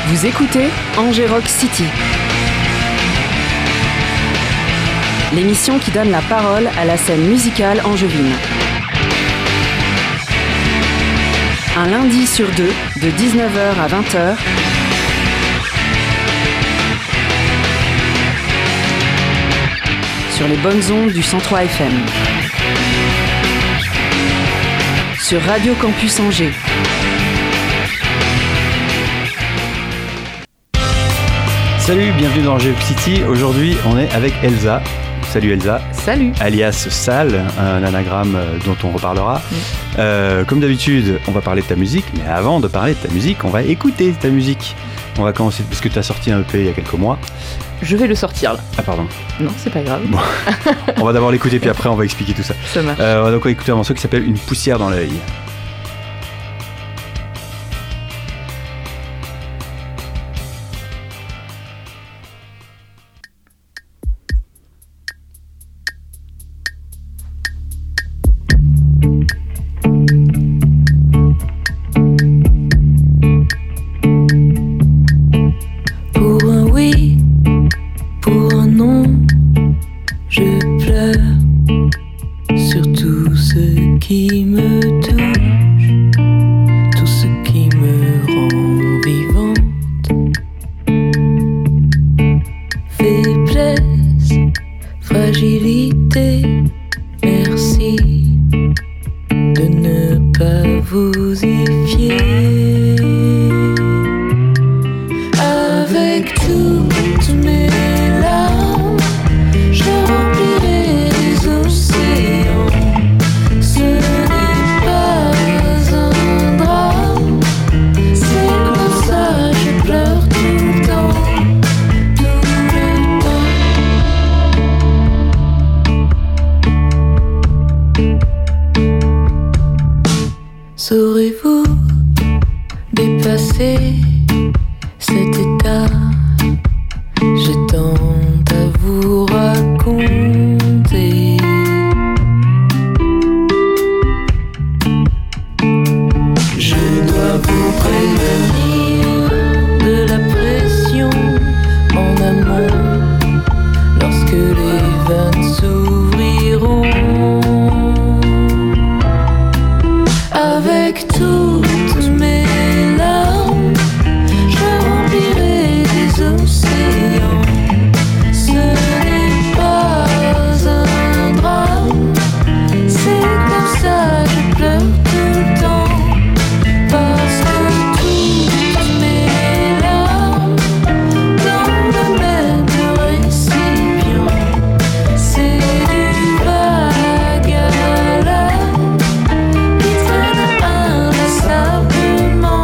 Vous écoutez Angers Rock City, l'émission qui donne la parole à la scène musicale angevine. Un lundi sur deux, de 19h à 20h, sur les bonnes ondes du 103 FM. Sur Radio Campus Angers. Salut, bienvenue dans Angers Rock City. Aujourd'hui, on est avec Elsa. Salut Elsa. Salut. Alias Sal, un anagramme dont on reparlera. Comme d'habitude, on va parler de ta musique, mais avant de parler de ta musique, on va écouter ta musique. On va commencer, parce que tu as sorti un EP il y a quelques mois. Je vais le sortir là. Ah pardon. Non, c'est pas grave. Bon. On va d'abord l'écouter, puis après on va expliquer tout ça. Ça marche. On va donc écouter un morceau qui s'appelle Une poussière dans l'œil. Saurez-vous dépasser cet état? Je tente à vous raconter. Je dois vous prévenir de la pression en amont lorsque les vannes s'ouvriront. Avec toutes mes larmes, je remplirai des océans. Ce n'est pas un drame, c'est comme ça, je pleure tout le temps. Parce que toutes mes larmes dans le même récipient. C'est du vague à l'âme qui traîne inlassablement.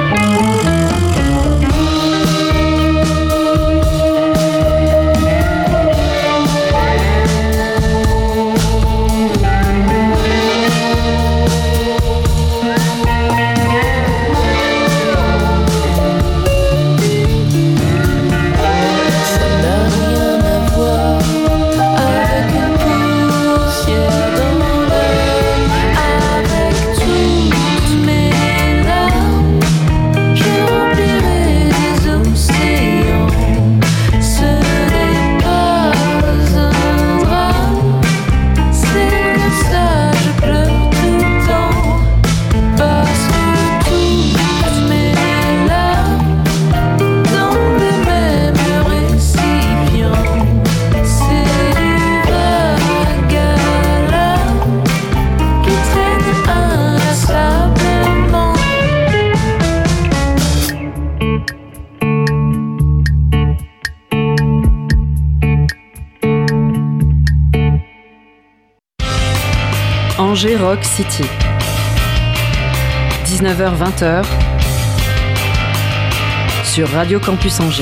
Ça n'a rien à voir avec une poussière dans l'œil. Avec toutes mes larmes, je remplirai des océans. Ce n'est pas un drame, c'est comme ça, je pleure tout le temps. Parce que toutes mes larmes dans le même récipient. C'est du vague à l'âme qui traîne inlassablement. Angers Rock City. 19h-20h sur Radio Campus Angers.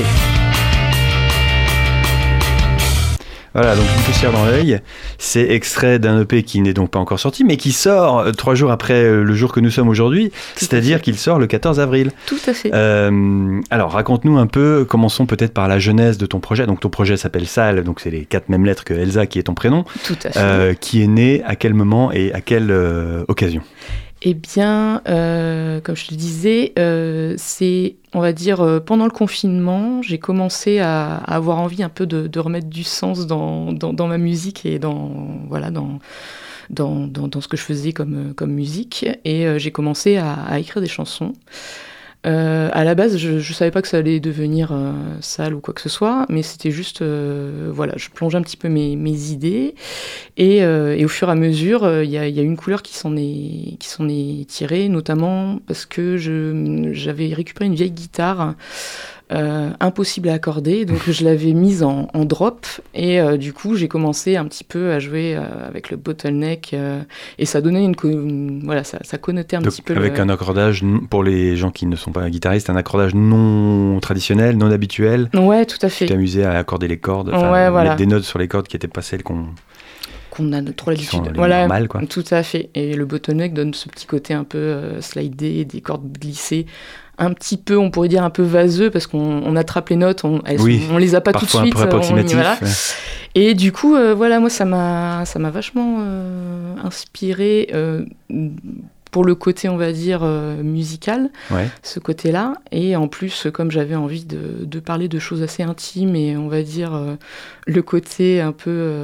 Voilà, donc Une poussière dans l'œil, c'est extrait d'un EP qui n'est donc pas encore sorti, mais qui sort 3 jours après le jour que nous sommes aujourd'hui, c'est-à-dire qu'il sort le 14 avril. Tout à fait. Alors, raconte-nous un peu, commençons peut-être par la genèse de ton projet. Donc ton projet s'appelle Sal, donc c'est les 4 mêmes lettres que Elsa qui est ton prénom. Tout à fait. Qui est né à quel moment et à quelle occasion ? Eh bien, comme je te disais, c'est, on va dire, pendant le confinement, j'ai commencé à avoir envie un peu de remettre du sens dans ma musique et dans ce que je faisais comme musique. Et j'ai commencé à écrire des chansons. À la base, je savais pas que ça allait devenir sale ou quoi que ce soit, mais c'était juste, je plongeais un petit peu mes idées, et au fur et à mesure, il y a une couleur qui s'en est tirée, notamment parce que j'avais récupéré une vieille guitare impossible à accorder, donc je l'avais mise en drop, et du coup j'ai commencé un petit peu à jouer avec le bottleneck, et ça donnait ça connotait un donc, petit peu avec un accordage, pour les gens qui ne sont pas guitaristes, un accordage non traditionnel, non habituel. Ouais, tout à fait. Tu t'amusais à accorder les cordes, mettre des notes sur les cordes qui n'étaient pas celles qu'on a trop l'habitude. Normales, quoi. Tout à fait. Et le bottleneck donne ce petit côté un peu slidé, des cordes glissées, un petit peu, on pourrait dire un peu vaseux, parce qu'on attrape les notes, on les a pas tout de suite. Parfois un peu approximatif. Voilà. Ouais. Et du coup, moi ça m'a vachement inspiré pour le côté, on va dire, musical, ce côté-là. Et en plus, comme j'avais envie de parler de choses assez intimes, et on va dire le côté un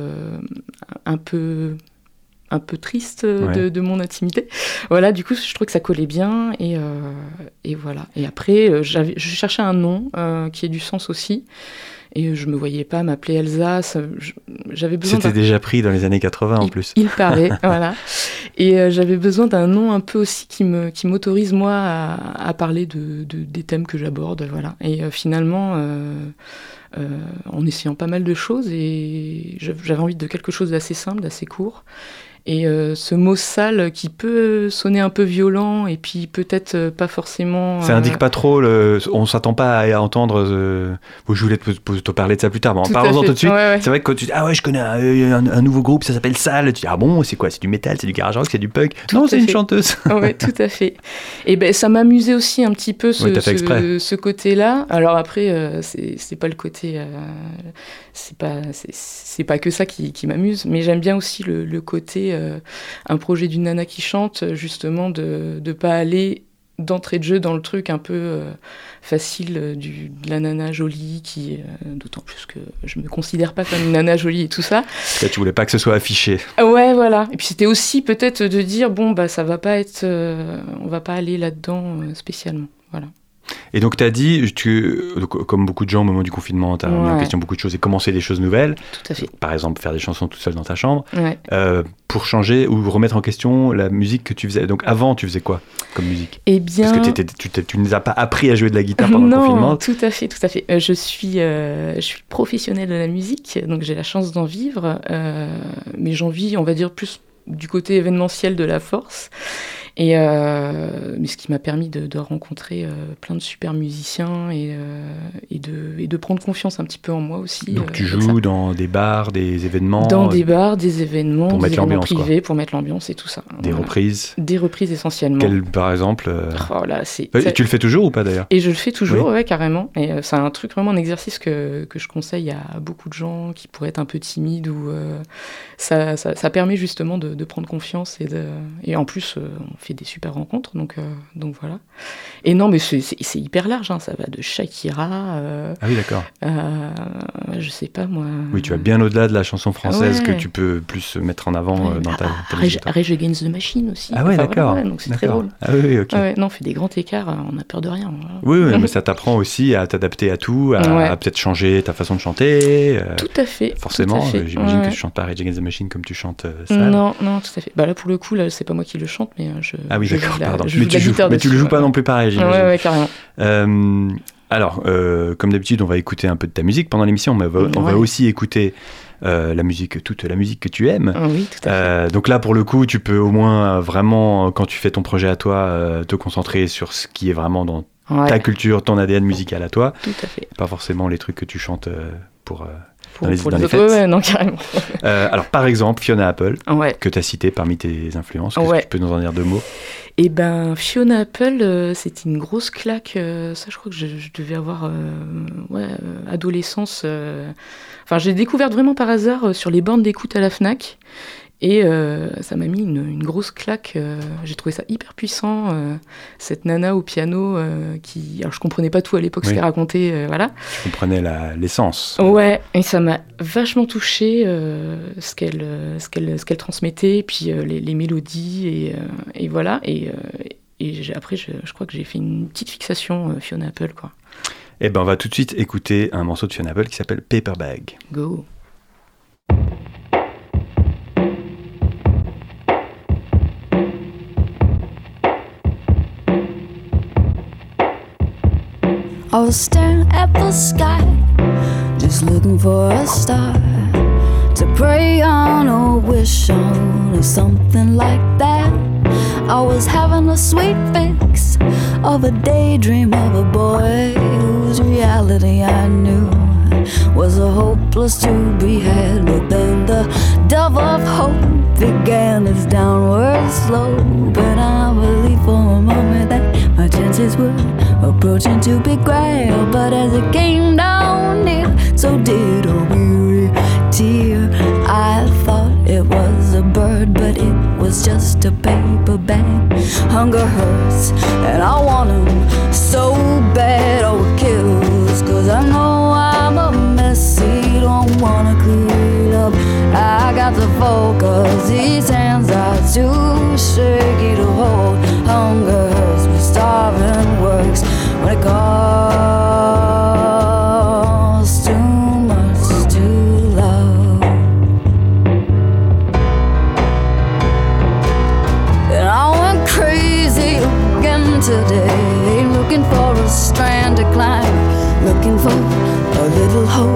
peu triste de mon intimité. Voilà, du coup, je trouve que ça collait bien, et voilà. Et après, je cherchais un nom qui ait du sens aussi. Et je me voyais pas m'appeler Elsa. J'avais besoin. C'était déjà pris dans les années 80 en plus. Il paraît, voilà. Et j'avais besoin d'un nom un peu aussi qui m'autorise moi à parler des thèmes que j'aborde, voilà. Et finalement, en essayant pas mal de choses, et j'avais envie de quelque chose d'assez simple, d'assez court. Et ce mot sale qui peut sonner un peu violent, et puis peut-être pas forcément... Ça indique pas trop, on ne s'attend pas à entendre... je voulais te parler de ça plus tard, mais parlons-en tout de suite. Ouais. C'est vrai que quand tu dis « Ah ouais, je connais un nouveau groupe, ça s'appelle Sale », tu dis « Ah bon, c'est quoi? C'est du métal, c'est du garage rock, c'est du punk ?» Non, c'est une chanteuse. Oui, tout à fait. Et ben ça m'amusait aussi un petit peu ce côté-là. Alors après, c'est pas le côté... c'est pas que ça qui m'amuse, mais j'aime bien aussi le côté un projet d'une nana qui chante, justement, de pas aller d'entrée de jeu dans le truc un peu facile de la nana jolie, qui d'autant plus que je me considère pas comme une nana jolie et tout ça. Là, tu voulais pas que ce soit affiché. Ouais, voilà. Et puis c'était aussi peut-être de dire ça va pas être, on va pas aller là-dedans spécialement. Voilà. Et donc, tu as dit, comme beaucoup de gens au moment du confinement, tu as mis en question beaucoup de choses et commencé des choses nouvelles. Tout à fait. Par exemple, faire des chansons toute seule dans ta chambre. Ouais. Pour changer ou remettre en question la musique que tu faisais. Donc, avant, tu faisais quoi comme musique? Eh bien... Parce que tu ne nous as pas appris à jouer de la guitare pendant le confinement. Non, tout à fait. Je suis professionnelle de la musique, donc j'ai la chance d'en vivre. Mais j'en vis, on va dire, plus du côté événementiel de la force. Mais ce qui m'a permis de rencontrer plein de super musiciens, et de prendre confiance un petit peu en moi aussi. Donc tu joues dans des bars, des événements? Dans des bars, des événements, pour mettre l'ambiance, privés, pour mettre l'ambiance et tout ça. Des reprises? Des reprises essentiellement. Quelles, par exemple Tu le fais toujours ou pas d'ailleurs? Et je le fais toujours, ouais, carrément. Et c'est un truc, vraiment un exercice que je conseille à beaucoup de gens qui pourraient être un peu timides, ou ça permet justement de prendre confiance, et en plus on fait des super rencontres, donc voilà. Et non, mais c'est hyper large, hein, ça va de Shakira. Ah oui, d'accord. Je sais pas moi. Oui, tu vas bien au-delà de la chanson française que tu peux plus mettre en avant dans ta musique. Rage Against the Machine aussi. Ah ouais, d'accord. Donc c'est très drôle. Ah oui, ok. Non, on fait des grands écarts, on n'a peur de rien. Voilà. Oui, mais ça t'apprend aussi à t'adapter à tout, à peut-être changer ta façon de chanter. Tout à fait. Forcément, tout à fait. J'imagine que tu chantes pas Rage Against the Machine comme tu chantes Sale. Non, tout à fait. Là, pour le coup, c'est pas moi qui le chante, mais Ah oui, d'accord, pardon. Mais tu le joues pas non plus pareil, j'imagine. Ouais, carrément. Alors, comme d'habitude, on va écouter un peu de ta musique pendant l'émission, mais on va aussi écouter toute la musique que tu aimes. Oui, tout à fait. Donc là, pour le coup, tu peux au moins vraiment, quand tu fais ton projet à toi, te concentrer sur ce qui est vraiment dans ta culture, ton ADN musical à toi. Tout à fait. Pas forcément les trucs que tu chantes pour les les autres, fêtes. non, carrément. Alors, par exemple, Fiona Apple, que tu as cité parmi tes influences. Qu'est-ce que tu peux nous en dire deux mots? Eh ben, Fiona Apple, c'était une grosse claque. Ça, je crois que je devais avoir adolescence. Enfin, j'ai découvert vraiment par hasard sur les bornes d'écoute à la Fnac. Et ça m'a mis une grosse claque. J'ai trouvé ça hyper puissant. Cette nana au piano qui... Alors, je comprenais pas tout à l'époque, ce qu'elle racontait. Voilà. Je comprenais l'essence. Ouais, et ça m'a vachement touchée, ce qu'elle transmettait, puis les mélodies, et voilà. Et après, je crois que j'ai fait une petite fixation Fiona Apple, quoi. Eh ben, on va tout de suite écouter un morceau de Fiona Apple qui s'appelle Paper Bag. Go. I was staring at the sky, just looking for a star to pray on or wish on or something like that. I was having a sweet fix of a daydream of a boy whose reality I knew was a hopeless to be had. But then the dove of hope began its downward slope, and I believed for a moment that my chances were approaching to be grail. But as it came down near, so did a weary tear. I thought it was a bird, but it was just a paper bag. Hunger hurts, and I want him so bad. Oh, it kills, 'cause I know I'm a messy, don't wanna clean up. I got to focus, these hands are too shaky to hold. Hunger hurts, but starving works when it costs too much to love. And I went crazy again today, looking for a strand to climb, looking for a little hope.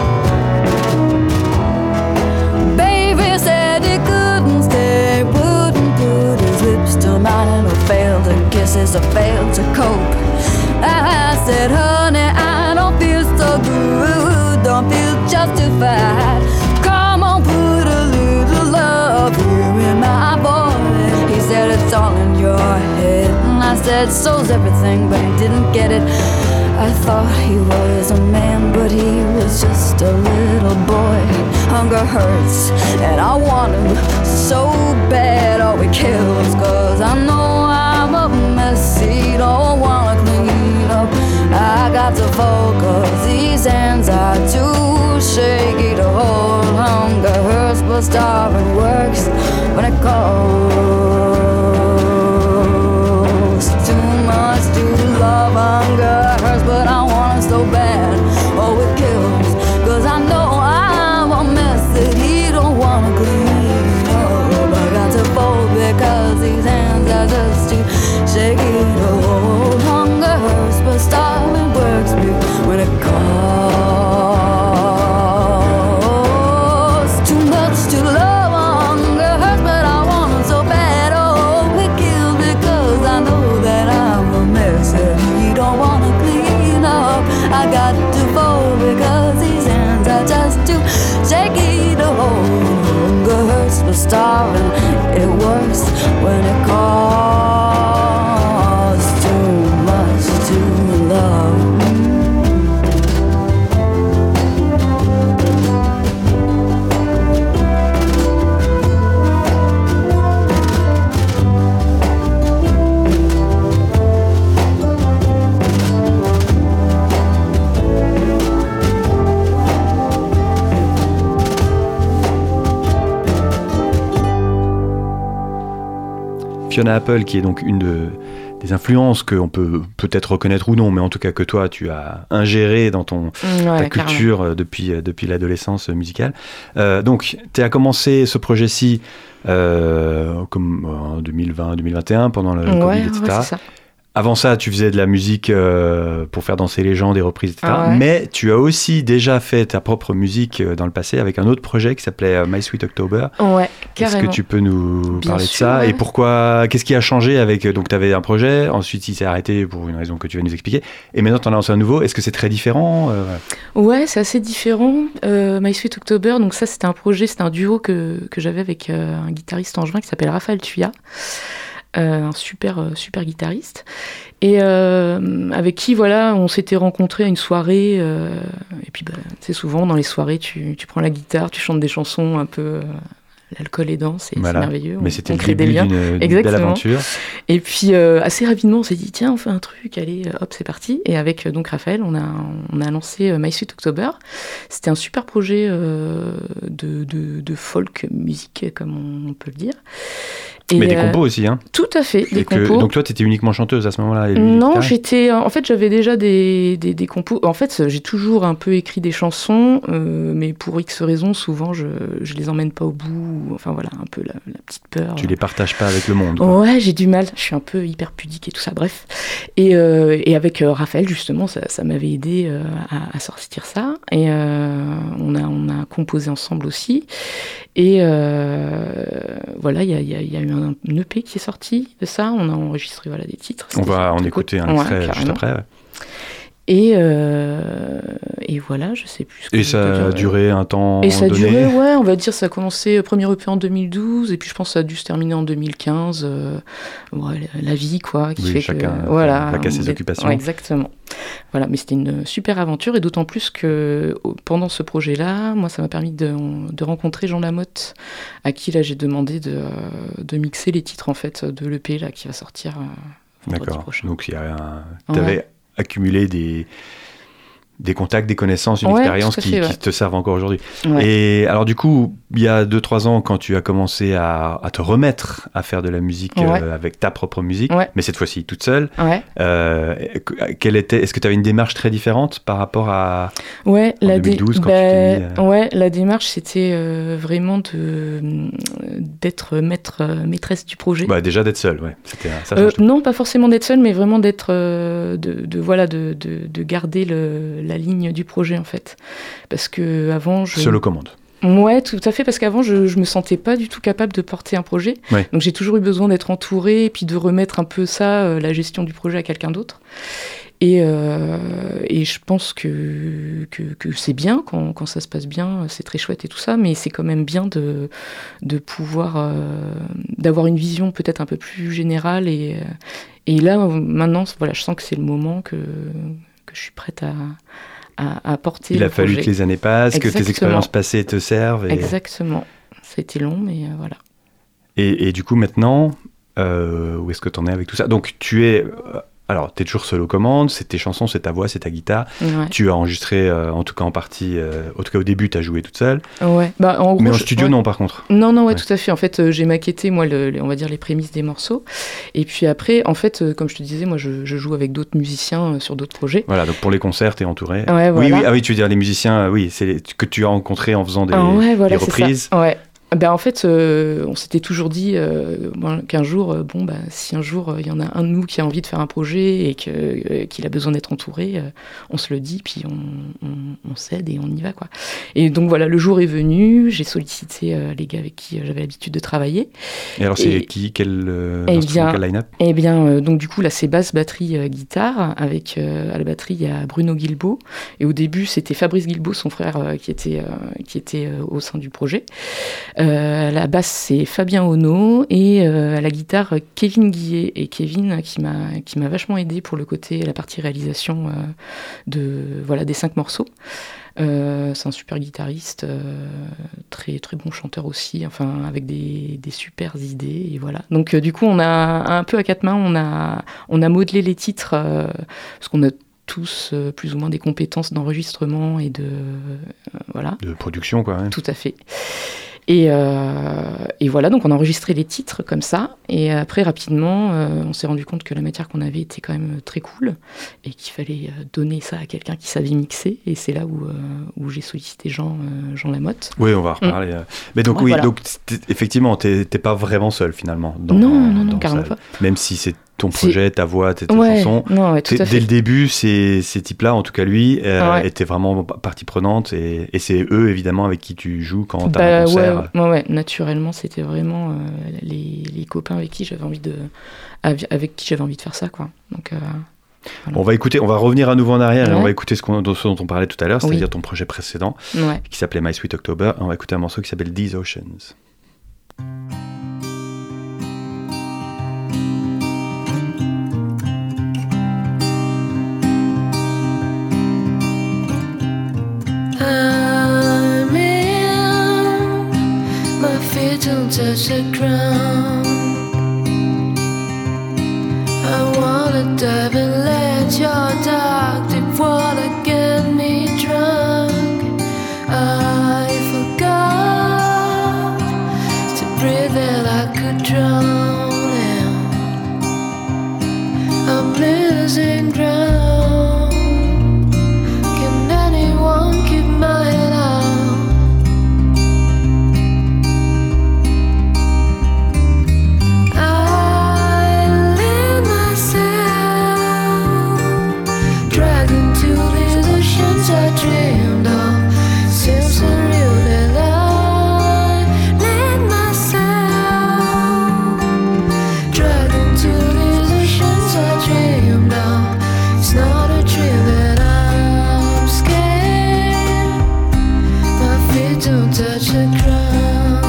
Baby said he couldn't stay, wouldn't put his lips to mine, and I failed to kisses, I failed to cope. I said, honey, I don't feel so good, don't feel justified. Come on, put a little love here in my voice. He said, it's all in your head. And I said, so's everything, but he didn't get it. I thought he was a man, but he was just a little boy. Hunger hurts, and I want him so bad. Oh, it kills, 'cause I know I'm a messy, don't wanna clean up. I got to focus, these hands are too shaky to hold. Hunger hurts, but starving works when it costs too much to love. Hunger hurts, but I want it so bad. Oh, it kills, 'cause I know I'm a mess that he don't wanna clean up. I got to fold because these hands are just too shaky to hold. Hunger hurts, but starving works me when it costs too much to love. Hunger hurts, but I want it so bad. Oh, it kills because I know that I'm a mess that he don't wanna clean up. I got to fold because these hands are just too shaky to hold. Hunger hurts, but starving, it works when it costs too much to love. Fiona Apple, qui est donc une des influences qu'on peut peut-être reconnaître ou non, mais en tout cas que toi, tu as ingéré dans ta culture depuis l'adolescence musicale. Donc, tu as commencé ce projet-ci comme en 2020-2021, pendant le Covid, etc. Ouais, c'est ça. Avant ça, tu faisais de la musique pour faire danser les gens, des reprises, etc. Ouais. Mais tu as aussi déjà fait ta propre musique dans le passé avec un autre projet qui s'appelait My Sweet October. Ouais, carrément. Est-ce que tu peux nous Bien parler sûr, de ça ouais. et pourquoi, qu'est-ce qui a changé avec, donc tu avais un projet, ensuite il s'est arrêté pour une raison que tu vas nous expliquer, et maintenant tu en as lancé un nouveau. Est-ce que c'est très différent Ouais, c'est assez différent. My Sweet October, donc ça c'était un projet, c'était un duo que j'avais avec un guitariste angevin qui s'appelle Raphaël Thuya. Un super guitariste, et avec qui voilà, on s'était rencontrés à une soirée, et puis c'est souvent dans les soirées tu prends la guitare, tu chantes des chansons un peu l'alcool aidant, c'est merveilleux. Mais c'était le début d'une belle aventure. Et puis assez rapidement, on s'est dit tiens, on fait un truc, allez, hop, c'est parti. Et avec donc Raphaël, on a lancé My Sweet October. C'était un super projet de folk musique, comme on peut le dire. Mais des compos aussi, hein. Tout à fait, des compos. Donc toi, tu étais uniquement chanteuse à ce moment-là? Non, en fait, j'avais déjà des compos. En fait, j'ai toujours un peu écrit des chansons, mais pour X raisons, souvent, je les emmène pas au bout. Enfin voilà, un peu la petite peur. Tu les partages pas avec le monde, quoi. Ouais, j'ai du mal. Je suis un peu hyper pudique et tout ça, bref. Et avec Raphaël, justement, ça m'avait aidé à sortir ça. Et on a composé ensemble aussi. Et voilà, il y a eu un EP qui est sorti de ça. On a enregistré des titres. On va en écouter un extrait juste après. Ouais. Et voilà, je sais plus ce que Et ça a duré un temps donné. Et ça a duré, on va dire, ça a commencé premier EP en 2012, et puis je pense que ça a dû se terminer en 2015. La vie, quoi, qui fait chacun que... a ses occupations. Ouais, exactement. Voilà, mais c'était une super aventure, et d'autant plus que pendant ce projet-là, moi, ça m'a permis de rencontrer Jean Lamotte, à qui, là, j'ai demandé de mixer les titres, en fait, de l'EP, là, qui va sortir vendredi prochain. Donc, t'avais accumuler des contacts, des connaissances, une expérience qui te servent encore aujourd'hui. Ouais. Et alors du coup, il y a 2-3 ans, quand tu as commencé à te remettre à faire de la musique avec ta propre musique, mais cette fois-ci toute seule, est-ce que tu avais une démarche très différente par rapport à 2012 quand tu t'es mis, la démarche, c'était vraiment d'être maîtresse du projet. Déjà d'être seule, ça non, pas forcément d'être seule, mais vraiment d'être de garder la ligne du projet, en fait. Parce que avant, seule aux commandes. Ouais, tout à fait, parce qu'avant, je me sentais pas du tout capable de porter un projet. Ouais. Donc j'ai toujours eu besoin d'être entourée, et puis de remettre un peu la gestion du projet à quelqu'un d'autre. Et je pense que c'est bien, quand ça se passe bien, c'est très chouette et tout ça, mais c'est quand même bien de pouvoir d'avoir une vision peut-être un peu plus générale. Et là, maintenant, je sens que c'est le moment que je suis prête à porter. Il a fallu que les années passent, que tes expériences passées te servent. Exactement. Ça a été long, mais voilà. Et du coup, maintenant, où est-ce que tu en es avec tout ça? Donc, tu es... Alors, tu es toujours seul aux commandes, c'est tes chansons, c'est ta voix, c'est ta guitare. Ouais. Tu as enregistré, en tout cas en partie, en tout cas au début, tu as joué toute seule. Ouais. En gros, mais en studio, non, par contre. Non, tout à fait. En fait, j'ai maquetté, moi, on va dire les prémices des morceaux. Et puis après, en fait, comme je te disais, moi, je joue avec d'autres musiciens sur d'autres projets. Voilà, donc pour les concerts, tu es entouré. Ouais, voilà. Oui, tu veux dire les musiciens, c'est que tu as rencontrés en faisant des reprises. C'est ça. Ouais. En fait, on s'était toujours dit qu'un jour, si un jour il y en a un de nous qui a envie de faire un projet et qu'il a besoin d'être entouré, on se le dit, puis on s'aide et on y va, quoi. Et donc voilà, le jour est venu, j'ai sollicité les gars avec qui j'avais l'habitude de travailler. Et alors c'est quel line-up? Donc du coup là c'est basse, batterie, guitare, avec à la batterie il y a Bruno Guilbeault, et au début c'était Fabrice Guilbeault, son frère, qui était au sein du projet. À la basse, c'est Fabien Ono, et à la guitare, Kevin Guillet. Et Kevin, qui m'a vachement aidé pour le côté, la partie réalisation des 5 morceaux. C'est un super guitariste, très, très bon chanteur aussi, enfin, avec des super idées, et voilà. Donc, du coup, on a un peu à 4 mains, on a modelé les titres, parce qu'on a tous plus ou moins des compétences d'enregistrement et de production, quoi. Ouais. Tout à fait. Et voilà, donc on a enregistré les titres comme ça, et après rapidement on s'est rendu compte que la matière qu'on avait était quand même très cool, et qu'il fallait donner ça à quelqu'un qui savait mixer, et c'est là où j'ai sollicité Jean Lamotte. Oui, on va en reparler. Mais donc donc effectivement, t'es pas vraiment seul finalement. Non, carrément pas. Même si c'est ton projet, ta voix, tes chansons. Non, tout à fait. Dès le début, ces types-là, en tout cas lui, étaient vraiment partie prenante, et c'est eux évidemment avec qui tu joues quand t'as un concert. Ouais, naturellement, c'était vraiment les copains avec qui j'avais envie de faire ça, quoi. Donc voilà. On va revenir à nouveau en arrière, et on va écouter ce dont on parlait tout à l'heure, c'est-à-dire ton projet précédent, qui s'appelait My Sweet October. On va écouter un morceau qui s'appelle These Oceans. To touch the ground. I wanna dive and let your dark deep water get me drunk. I forgot to breathe that I could drown. I'm losing ground. Can anyone keep my head out? I let myself drag into these oceans I dreamed of. Seems surreal that I let myself drag into these oceans I dreamed of. It's not a dream that I'm scared. My feet don't touch the ground.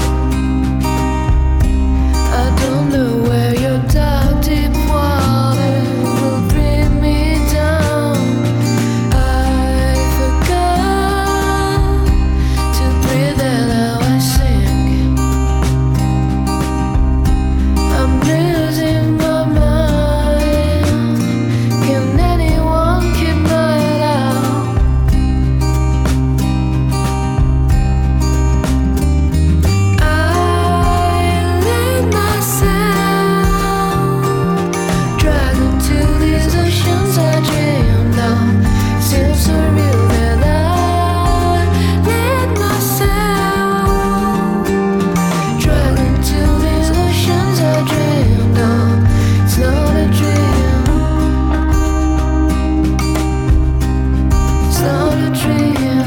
I don't know where your dark deep water will bring me down. I forgot to breathe and now I sink. I'm losing my mind. Can anyone keep my head out? I let myself drag into these oceans I dreamed of. Seems surreal that I let myself drag into these oceans I dreamed of. It's not a dream. It's not a dream.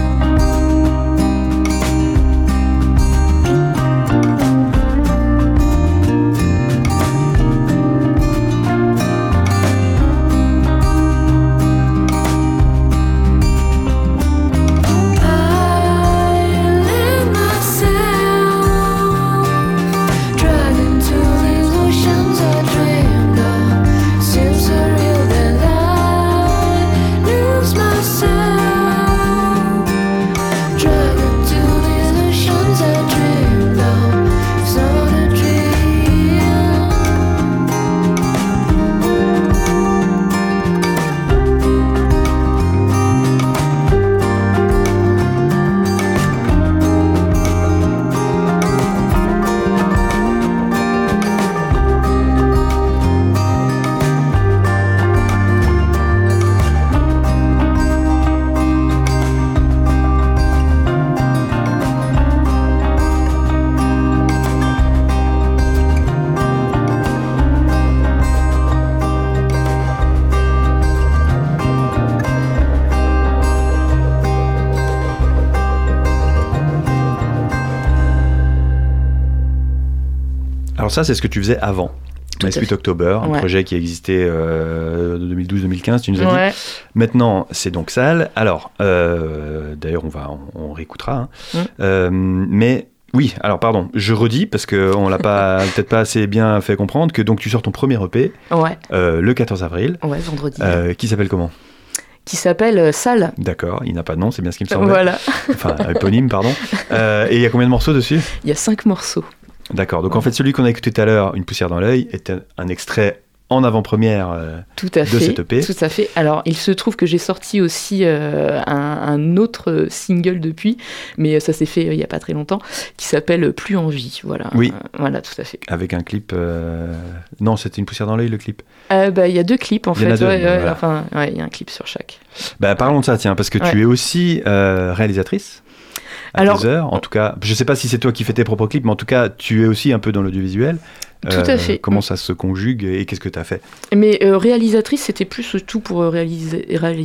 I let myself drag into these oceans I dreamed of. Seems surreal that I lose myself. Drag into these oceans I dreamed of. It's not a dream. Alors ça, c'est ce que tu faisais avant. Tout My à Sweet fait. October, un Ouais. projet qui existait de 2012-2015, tu nous as Ouais. dit. Maintenant, c'est donc Sal. Alors, d'ailleurs, on réécoutera. Mais oui, alors pardon, je redis parce qu'on l'a pas peut-être pas assez bien fait comprendre que donc tu sors ton premier EP Ouais, le 14 avril, ouais, vendredi. qui s'appelle comment? Qui s'appelle Sal. D'accord, il n'a pas de nom, c'est bien ce qui me semblait. Voilà. Enfin, éponyme, pardon. Et il y a combien de morceaux dessus? Il y a 5 morceaux. D'accord, donc en fait celui qu'on a écouté tout à l'heure, Une poussière dans l'œil, était un extrait en avant-première Tout à de fait. cette EP. Tout à fait. Alors, il se trouve que j'ai sorti aussi un autre single depuis, mais ça s'est fait il n'y a pas très longtemps, qui s'appelle Plus en vie. Voilà. Oui. Voilà, tout à fait. Avec un clip... Non, c'était Une poussière dans l'œil, le clip. Il y a 2 clips en Il y en fait. a deux, voilà. Enfin, il y a un clip sur chaque. Bah, parlons de ça, tiens, parce que Ouais. tu es aussi réalisatrice. À Alors, tes heures, en tout cas, je sais pas si c'est toi qui fais tes propres clips, mais en tout cas, tu es aussi un peu dans l'audiovisuel. Tout à fait. Comment ça se conjugue et qu'est-ce que tu as fait? Mais réalisatrice, c'était plus tout pour réaliser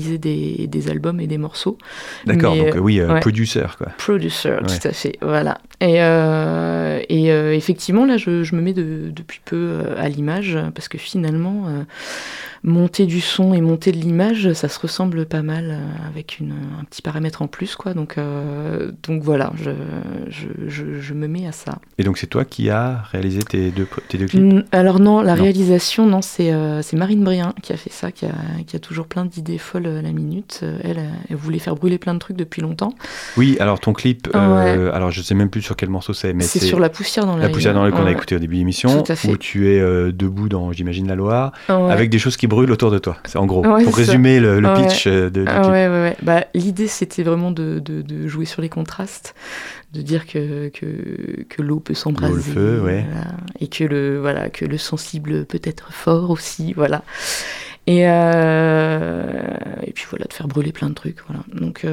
des albums et des morceaux. D'accord, Mais, donc oui, ouais. producer, quoi. Producer, Ouais. tout à fait, voilà. Et effectivement, là, je me mets depuis peu à l'image, parce que finalement, monter du son et monter de l'image, ça se ressemble pas mal, avec un petit paramètre en plus, quoi. Donc voilà, je me mets à ça. Et donc c'est toi qui as réalisé tes deux tes deux clips? Alors non, la réalisation, non, c'est Marine Brien qui a fait ça, qui a toujours plein d'idées folles à la minute. Elle voulait faire brûler plein de trucs depuis longtemps. Oui, alors ton clip, alors je sais même plus sur quel morceau c'est, mais c'est sur La poussière dans l'œil. La poussière dans l'œil qu'on a écouté au début de l'émission, où tu es debout dans, j'imagine, la Loire, avec des choses qui brûlent autour de toi. C'est en gros, pour résumer le pitch du clip. Ouais. Bah, l'idée, c'était vraiment de jouer sur les contrastes, de dire que l'eau peut s'embraser, le feu, et que le sensible peut être fort aussi, voilà. Et puis voilà, de faire brûler plein de trucs, voilà. Donc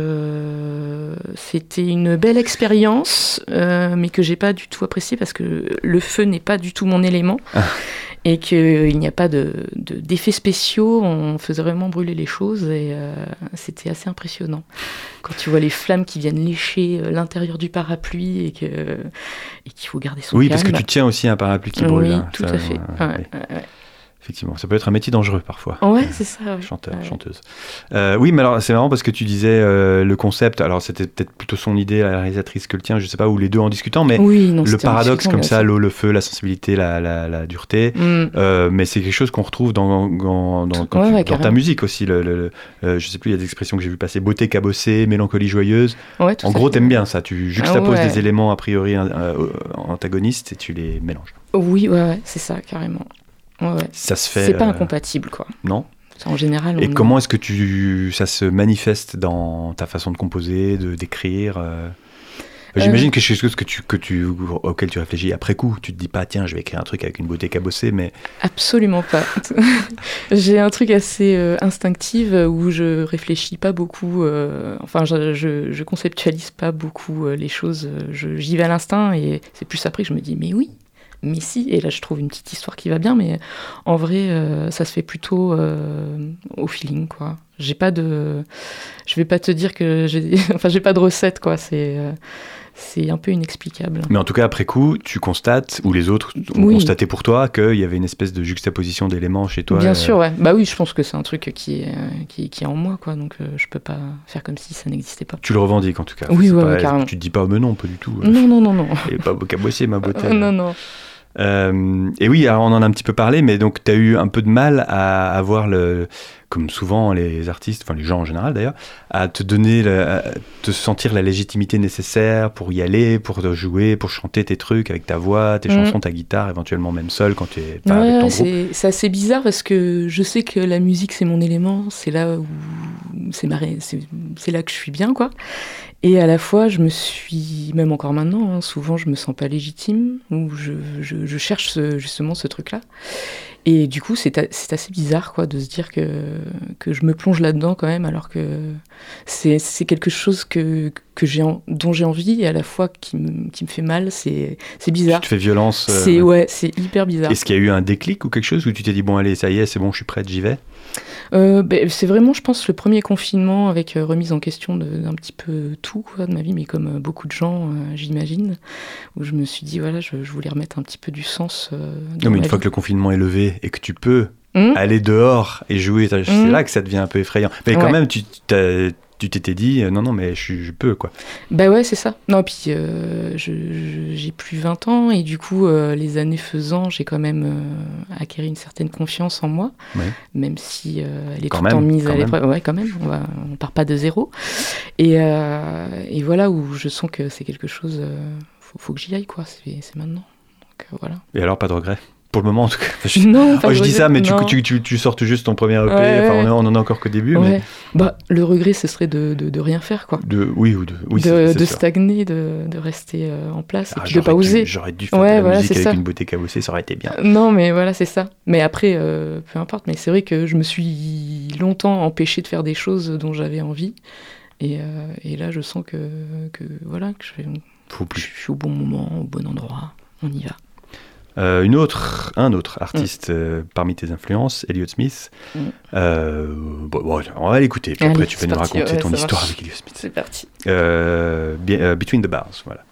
c'était une belle expérience, mais que j'ai pas du tout appréciée parce que le feu n'est pas du tout mon élément. Et qu'il n'y a pas d'effets spéciaux, on faisait vraiment brûler les choses et c'était assez impressionnant. Quand tu vois les flammes qui viennent lécher l'intérieur du parapluie et qu'il faut garder son calme. Oui, parce que tu tiens aussi un parapluie qui brûle. Oui, hein, tout à fait. Ouais. Effectivement, ça peut être un métier dangereux parfois. Ouais, c'est ça. Ouais. Chanteuse. Oui, mais alors c'est marrant parce que tu disais le concept, alors c'était peut-être plutôt son idée, la réalisatrice, que le tien, je sais pas, ou les deux en discutant, mais le paradoxe comme ça, l'eau, le feu, la sensibilité, la dureté, mais c'est quelque chose qu'on retrouve dans ta musique aussi. Je sais plus, il y a des expressions que j'ai vu passer, beauté cabossée, mélancolie joyeuse. Ouais, en gros, t'aimes bien ça, tu juxtaposes des éléments a priori antagonistes et tu les mélanges. Oui, c'est ça, carrément. Ouais. Ça se fait. C'est pas incompatible, quoi. Non. En général. Et comment est-ce que ça se manifeste dans ta façon de composer, d'écrire J'imagine que c'est quelque chose auquel tu réfléchis après coup. Tu te dis pas, tiens, je vais écrire un truc avec une beauté cabossée, mais... Absolument pas. J'ai un truc assez instinctif où je réfléchis pas beaucoup. Je conceptualise pas beaucoup les choses. J'y vais à l'instinct et c'est plus après que je me dis, mais oui. Mais si, et là je trouve une petite histoire qui va bien, mais en vrai, ça se fait plutôt au feeling, quoi. Je vais pas te dire que j'ai pas de recette, quoi. C'est un peu inexplicable. Mais en tout cas, après coup, tu constates, ou les autres ont constaté pour toi, qu'il y avait une espèce de juxtaposition d'éléments chez toi. Bien sûr, ouais. Bah oui, je pense que c'est un truc qui est en moi, quoi. Donc je peux pas faire comme si ça n'existait pas. Tu le revendiques, en tout cas. Oui, carrément. Tu te dis pas, mais non, pas du tout. Non. Et pas cabossée, ma beauté. Non. Et oui, alors on en a un petit peu parlé, mais donc tu as eu un peu de mal à avoir comme souvent les artistes, enfin les gens en général d'ailleurs, à te donner, te sentir la légitimité nécessaire pour y aller, pour jouer, pour chanter tes trucs avec ta voix, tes chansons, ta guitare, éventuellement même seul quand tu es pas avec ton groupe. C'est assez bizarre parce que je sais que la musique c'est mon élément, c'est là où c'est là que je suis bien, quoi. Et à la fois, je me suis, même encore maintenant, souvent je me sens pas légitime, ou je cherche justement ce truc-là. Et du coup, c'est assez bizarre, quoi, de se dire que je me plonge là-dedans quand même, alors que c'est quelque chose dont j'ai envie et à la fois qui me fait mal. C'est bizarre. Tu te fais violence. C'est hyper bizarre. Est-ce qu'il y a eu un déclic ou quelque chose où tu t'es dit bon allez, ça y est, c'est bon, je suis prête, j'y vais? C'est vraiment, je pense, le premier confinement avec remise en question d'un petit peu tout, quoi, de ma vie, mais comme beaucoup de gens, j'imagine, où je me suis dit, voilà, je voulais remettre un petit peu du sens Non, mais une fois que le confinement est levé et que tu peux aller dehors et jouer, c'est là que ça devient un peu effrayant. Mais quand même, tu t'étais dit, non, mais je peux, quoi. Bah ouais, c'est ça. Non, puis j'ai plus 20 ans et du coup, les années faisant, j'ai quand même acquis une certaine confiance en moi, même si elle est tout le temps mise à l'épreuve. Ouais, quand même, on part pas de zéro. Et voilà, où je sens que c'est quelque chose, faut que j'y aille, quoi, c'est maintenant. Donc voilà. Et alors, pas de regret? Pour le moment, en tout cas. Non, je dis ça, mais tu sors tout juste ton premier EP. On en a encore qu'au début. Ouais. Mais... Bah, le regret, ce serait de rien faire, quoi. De stagner, de rester en place et puis de pas oser. J'aurais dû faire de la musique avec une beauté cabossée, ça aurait été bien. Non, mais voilà, c'est ça. Mais après, peu importe. Mais c'est vrai que je me suis longtemps empêchée de faire des choses dont j'avais envie. Et là, je sens que je suis au bon moment, au bon endroit. On y va. Un autre artiste parmi tes influences, Elliott Smith. On va l'écouter, puis après tu vas nous raconter ton histoire avec Elliott Smith. C'est parti. Between the Bars, voilà.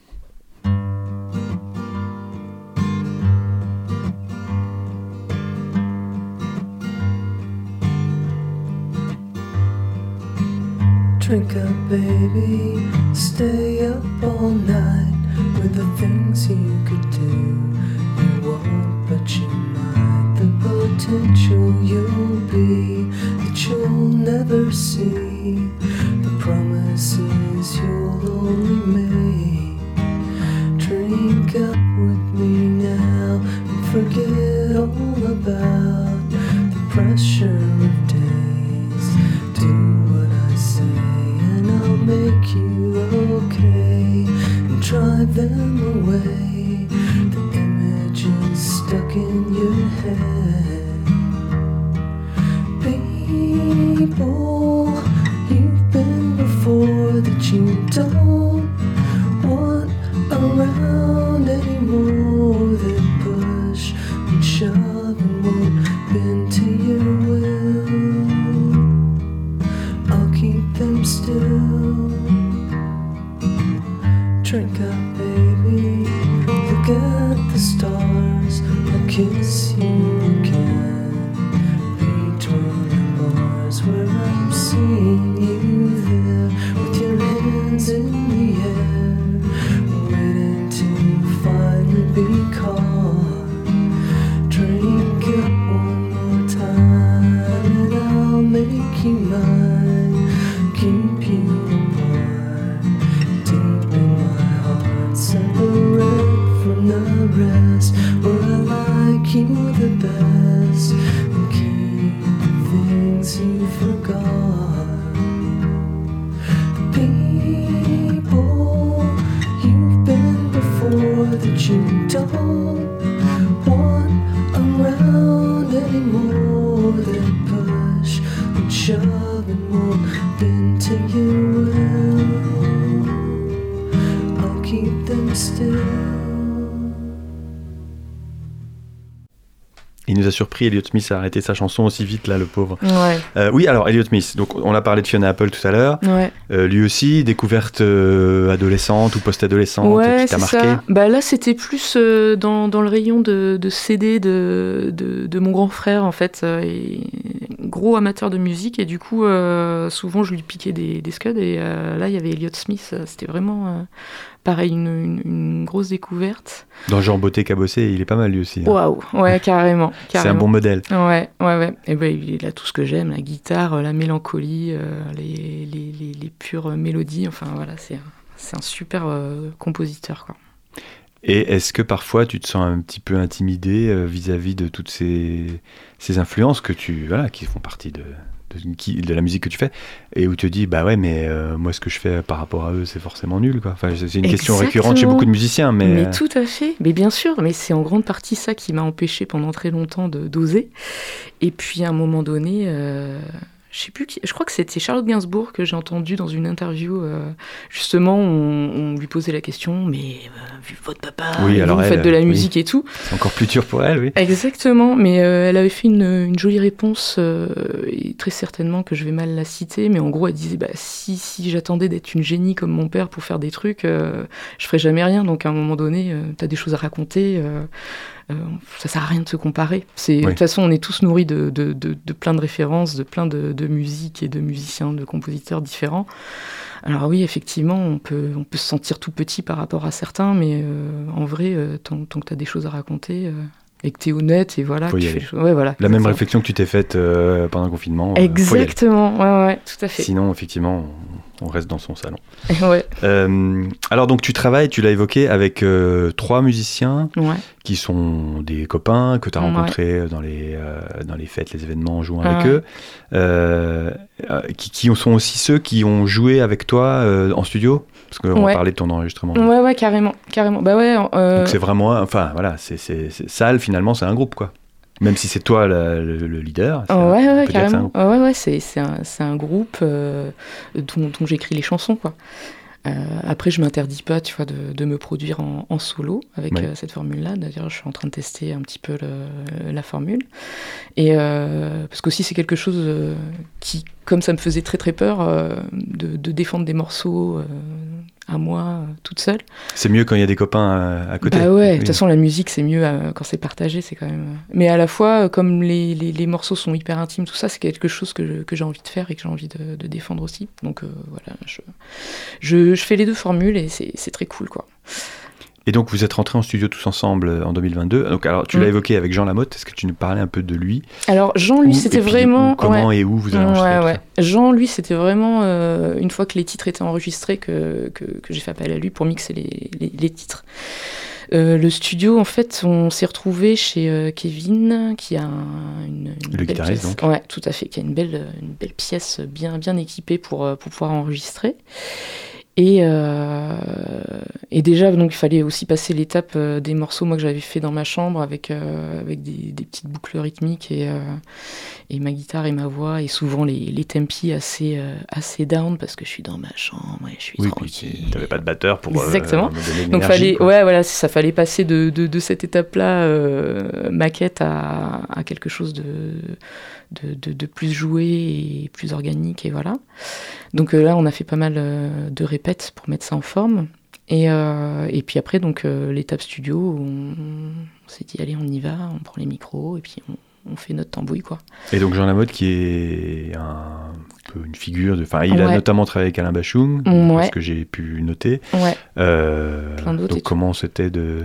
Drink up, baby, stay up all night with the things you could do. You won't Imagine the potential you'll be that you'll never see. The promises you'll only make. Drink up with me now and forget all about the pressure of days. Do what I say and I'll make you okay and drive them away. The images stuck in your head. People you've been before that you don't want around anymore, that push and shove and won't bend to your will. I'll keep them still. Drink up, baby, look at the stars, I'll kiss you again. Between the bars where I'm seeing you there, with your hands in the air, waiting to finally be caught. Drink up one more time and I'll make you mine, keep you apart, deep in my heart, separate from the rest, where I like you the best, and keep the things you forgot. People you've been before that you don't want around anymore, that push and shove and won't bend to your will. I'll keep them still. Il nous a surpris, Elliott Smith a arrêté sa chanson aussi vite, là, le pauvre. Ouais. Oui, alors, Elliott Smith, donc, on a parlé de Fiona Apple tout à l'heure. Ouais. Lui aussi, découverte adolescente ou post-adolescente qui t'a marqué. Ça. Bah, là, c'était plus dans le rayon de CD de mon grand frère, en fait. Gros amateur de musique, et du coup, souvent, je lui piquais des scuds, et là, il y avait Elliott Smith. C'était vraiment... pareil, une grosse découverte. Dans Jean Beauté Cabossé, il est pas mal lui aussi. Waouh, ouais, carrément. C'est un bon modèle. Ouais. Et ben, il a tout ce que j'aime, la guitare, la mélancolie, les pures mélodies. Enfin voilà, c'est un super compositeur, quoi. Et est-ce que parfois tu te sens un petit peu intimidé vis-à-vis de toutes ces influences qui font partie de la musique que tu fais, et où tu te dis bah ouais, mais moi ce que je fais par rapport à eux c'est forcément nul, quoi. Enfin, c'est une question récurrente chez beaucoup de musiciens, mais tout à fait, mais bien sûr, mais c'est en grande partie ça qui m'a empêché pendant très longtemps d'oser. Et puis à un moment donné, je sais plus qui, je crois que c'était Charlotte Gainsbourg que j'ai entendu dans une interview, justement, on lui posait la question, mais vu votre papa, oui, alors vous faites de la musique et tout. C'est encore plus dur pour elle, oui. Exactement, mais elle avait fait une jolie réponse, et très certainement que je vais mal la citer, mais en gros elle disait, bah, si j'attendais d'être une génie comme mon père pour faire des trucs, je ferais jamais rien, donc à un moment donné, t'as des choses à raconter, ça sert à rien de se comparer. De toute façon, on est tous nourris de plein de références, de plein de musiques et de musiciens, de compositeurs différents. Alors oui, effectivement, on peut se sentir tout petit par rapport à certains, mais en vrai, tant que tu as des choses à raconter et que tu es honnête, et voilà, faut que y tu aller. fais... ouais, voilà, la même réflexion que tu t'es faite pendant le confinement. Exactement, ouais, tout à fait. Sinon, effectivement, on reste dans son salon. Ouais. Alors donc tu travailles, tu l'as évoqué, avec 3 musiciens qui sont des copains que tu as rencontrés dans les fêtes, les événements en jouant avec eux, qui sont aussi ceux qui ont joué avec toi en studio, parce qu'on parlait de ton enregistrement. Ouais, carrément. Bah ouais. Donc c'est vraiment, enfin voilà, c'est Sal, finalement c'est un groupe, quoi. Même si c'est toi le leader. Ouais, carrément. Ouais, c'est un groupe dont j'écris les chansons, quoi. Après, je m'interdis pas, tu vois, de me produire en solo avec cette formule-là. D'ailleurs, je suis en train de tester un petit peu la formule. Et parce qu'aussi, c'est quelque chose qui, comme ça me faisait très très peur de défendre des morceaux à moi, toute seule. C'est mieux quand il y a des copains à côté. Bah ouais, de toute façon, la musique, c'est mieux quand c'est partagé, c'est quand même... Mais à la fois, comme les morceaux sont hyper intimes, tout ça, c'est quelque chose que j'ai envie de faire et que j'ai envie de défendre aussi. Donc voilà, je fais les deux formules et c'est très cool, quoi. Et donc vous êtes rentrés en studio tous ensemble en 2022. Donc alors tu l'as évoqué avec Jean Lamotte. Est-ce que tu nous parlais un peu de lui ? Alors Jean, lui, c'était vraiment comment et où vous avez enregistré tout ça ? Jean, lui, c'était vraiment une fois que les titres étaient enregistrés que j'ai fait appel à lui pour mixer les titres. Le studio, en fait, on s'est retrouvé chez Kevin, qui a une le belle guitariste, pièce. donc. Ouais, tout à fait, qui a une belle pièce bien équipée pour pouvoir enregistrer. Et déjà, donc, il fallait aussi passer l'étape des morceaux moi, que j'avais fait dans ma chambre avec des petites boucles rythmiques et ma guitare et ma voix et souvent les tempi assez down parce que je suis dans ma chambre et je suis tranquille. Tu n'avais pas de batteur pour exactement. Me donner donc l'énergie, ça fallait passer de cette étape-là maquette à quelque chose de plus joué et plus organique et voilà. Donc là, on a fait pas mal de répètes pour mettre ça en forme. Et puis après, donc l'étape studio, on s'est dit allez, on y va, on prend les micros et puis on fait notre tambouille quoi. Et donc Jean Lamotte qui est un peu une figure il a notamment travaillé avec Alain Bachung, ce que j'ai pu noter. Ouais. Plein d'autres. Donc comment c'était de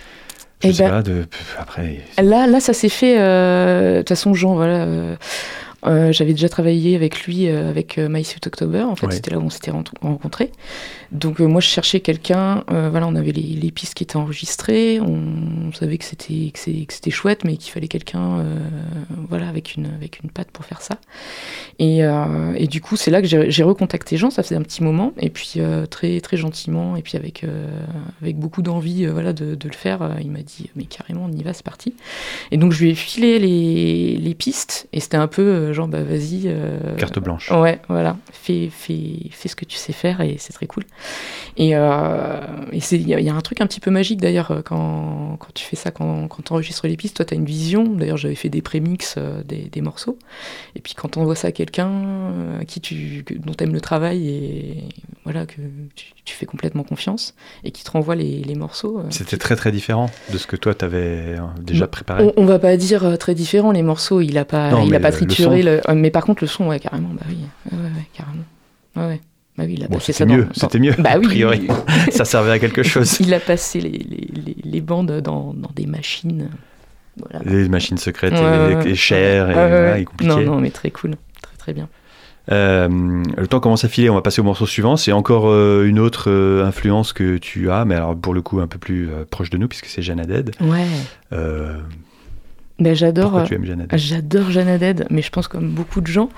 après. Là, ça s'est fait. De toute façon, Jean, voilà. J'avais déjà travaillé avec lui, avec My Sweet October. En fait, c'était là où on s'était rencontrés. Donc, moi, je cherchais quelqu'un. Voilà, on avait les pistes qui étaient enregistrées. On savait que c'était chouette, mais qu'il fallait quelqu'un, voilà, avec une patte pour faire ça. Et du coup, c'est là que j'ai recontacté Jean. Ça faisait un petit moment. Et puis, très, très gentiment, et puis avec beaucoup d'envie, voilà, de le faire, il m'a dit, mais carrément, on y va, c'est parti. Et donc, je lui ai filé les pistes. Et c'était un peu genre, bah, vas-y. Carte blanche. Ouais, voilà. Fais ce que tu sais faire et c'est très cool. Et il y a un truc un petit peu magique d'ailleurs quand tu fais ça, quand tu enregistres les pistes, toi tu as une vision. D'ailleurs, j'avais fait des prémix des morceaux. Et puis quand on envoie ça à quelqu'un à qui dont tu aimes le travail et voilà, que tu fais complètement confiance et qui te renvoie les morceaux. C'était très très différent de ce que toi t'avais déjà préparé. On va pas dire très différent, les morceaux, il a pas trituré. Mais par contre, le son, ouais, carrément, bah oui. Ouais, carrément. Ouais. Bah oui, il a passé ça c'était mieux, bah, a oui, priori. Ça servait à quelque chose. Il a passé les bandes dans des machines. Voilà. Les machines secrètes, et chères, et compliquées. Non, mais très cool. Très, très bien. Le temps commence à filer, on va passer au morceau suivant. C'est encore une autre influence que tu as, mais alors pour le coup un peu plus proche de nous, puisque c'est Jeanne Haddad. Ouais. J'adore. Pourquoi tu aimes Jeanne Haddad ? J'adore Jeanne Haddad, mais je pense comme beaucoup de gens.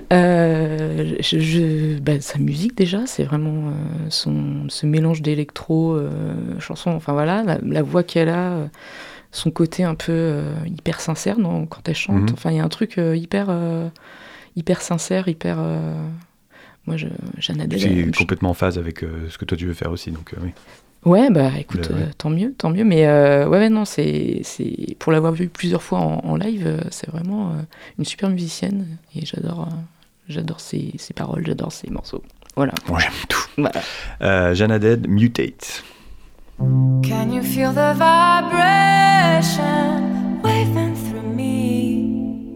Sa musique déjà, c'est vraiment ce mélange d'électro, chanson, enfin voilà, la voix qu'elle a, son côté un peu hyper sincère quand elle chante. Enfin, il y a un truc hyper sincère, moi, Jeanne Haddad. C'est complètement en phase avec ce que toi tu veux faire aussi, donc oui. Ouais, bah écoute, tant mieux. Mais non, c'est pour l'avoir vue plusieurs fois en live, c'est vraiment une super musicienne et j'adore ses paroles, j'adore ses morceaux. Voilà. Moi, j'aime tout. Voilà. Jeanne Haddad, Mutate. Can you feel the vibration waving through me?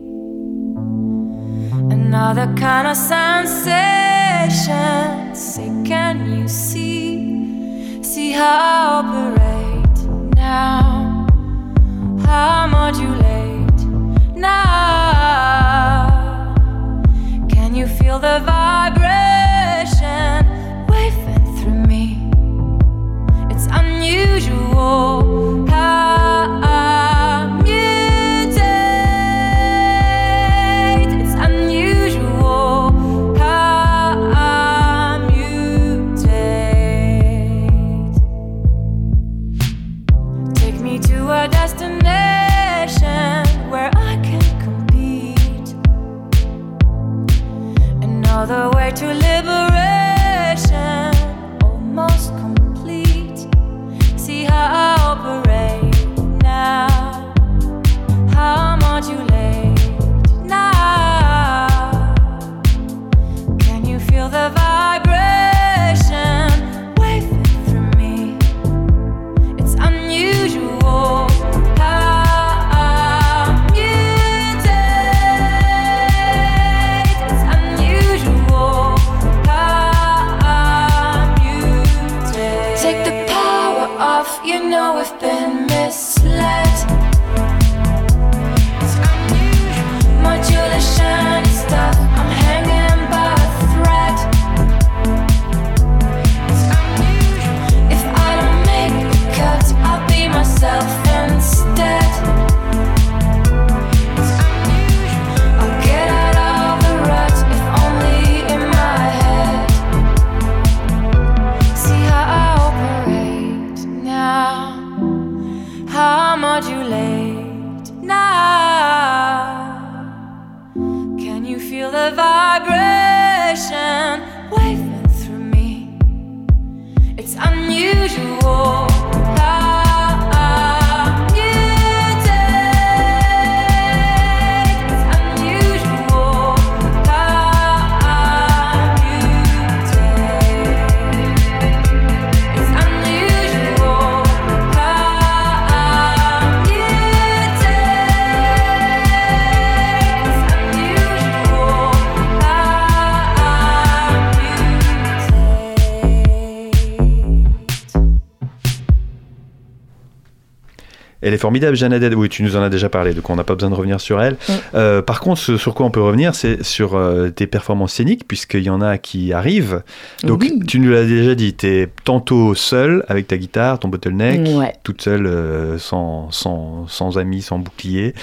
Another kind of sensation. Say, can you see how I operate now? How I modulate now? Can you feel the vibration waving through me? It's unusual how I mutate. It's unusual how I mutate. Take me to a destination where I can compete. Another way to liberation, almost complete. See how I operate now, how I modulate now. Can you feel the vibration waving through me? It's unusual how I mutate. It's unusual how I mutate. we've been misled. Modulation is stuff, I'm hanging by a thread. If I don't make the cut, I'll be myself instead. I'll get out of the rut, if only in my head. See how I operate now, how I modulate now. Can you feel the vibration waving through me? It's unusual. Elle est formidable, Jeanne Haddad. Oui, tu nous en as déjà parlé, donc on n'a pas besoin de revenir sur elle. Par contre, sur quoi on peut revenir, c'est sur tes performances scéniques, puisqu'il y en a qui arrivent. Donc, oui. Tu nous l'as déjà dit, tu es tantôt seule avec ta guitare, ton bottleneck, toute seule, sans amis, sans bouclier.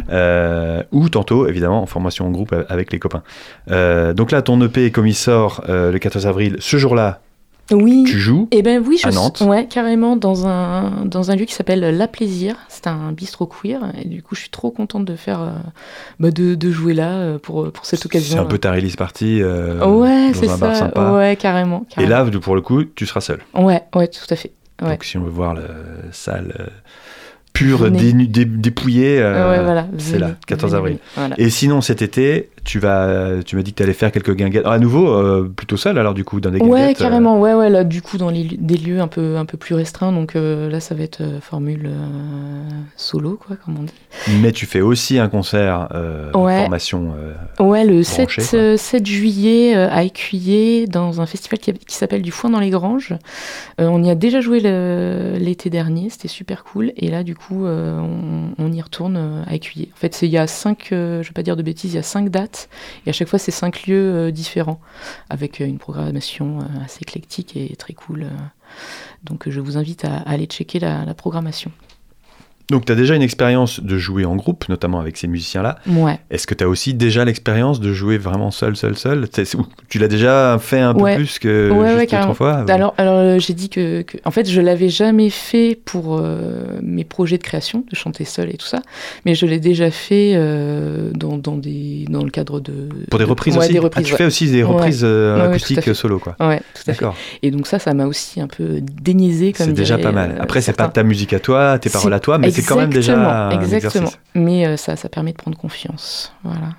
Ou tantôt, évidemment, en formation en groupe avec les copains. Donc là, ton EP, comme il sort le 14 avril, ce jour-là, oui. Tu joues à Nantes. Ouais, carrément dans un lieu qui s'appelle La Plaisir. C'est un bistrot queer et du coup je suis trop contente de faire de jouer là pour cette occasion. C'est un peu ta release party ouais, dans un bar sympa. Ouais, carrément. Et là pour le coup tu seras seule. Ouais, tout à fait. Ouais. Donc si on veut voir la salle pure dépouillée, c'est là, 14 avril. Voilà. Et sinon cet été tu m'as dit que tu allais faire quelques guinguettes. À nouveau, plutôt seul alors du coup dans des guinguettes. Ouais, carrément. Ouais, là du coup dans des lieux un peu plus restreints. Donc là ça va être formule solo quoi, comme on dit. Mais tu fais aussi un concert formation. Le 7 juillet à Écuyer dans un festival qui s'appelle Du Foin dans les Granges. On y a déjà joué l'été dernier, c'était super cool. Et là du coup on y retourne à Écuyer. En fait il y a 5, je vais pas dire de bêtises, il y a 5 dates. Et à chaque fois, c'est 5 lieux différents, avec une programmation assez éclectique et très cool. Donc, je vous invite à aller checker la programmation. Donc, tu as déjà une expérience de jouer en groupe, notamment avec ces musiciens-là. Ouais. Est-ce que tu as aussi déjà l'expérience de jouer vraiment seul? Tu l'as déjà fait un peu plus que juste 2-3 fois? Alors j'ai dit que en fait, je l'avais jamais fait pour mes projets de création, de chanter seul et tout ça, mais je l'ai déjà fait dans le cadre de... Pour des reprises aussi? Des reprises, tu fais aussi des reprises acoustiques solo, quoi. Ouais, tout à fait. Et donc ça m'a aussi un peu déniaisé. C'est déjà pas mal. Après, c'est pas ta musique à toi, tes paroles à toi, mais c'est quand même déjà un exercice. Mais ça permet de prendre confiance. Voilà.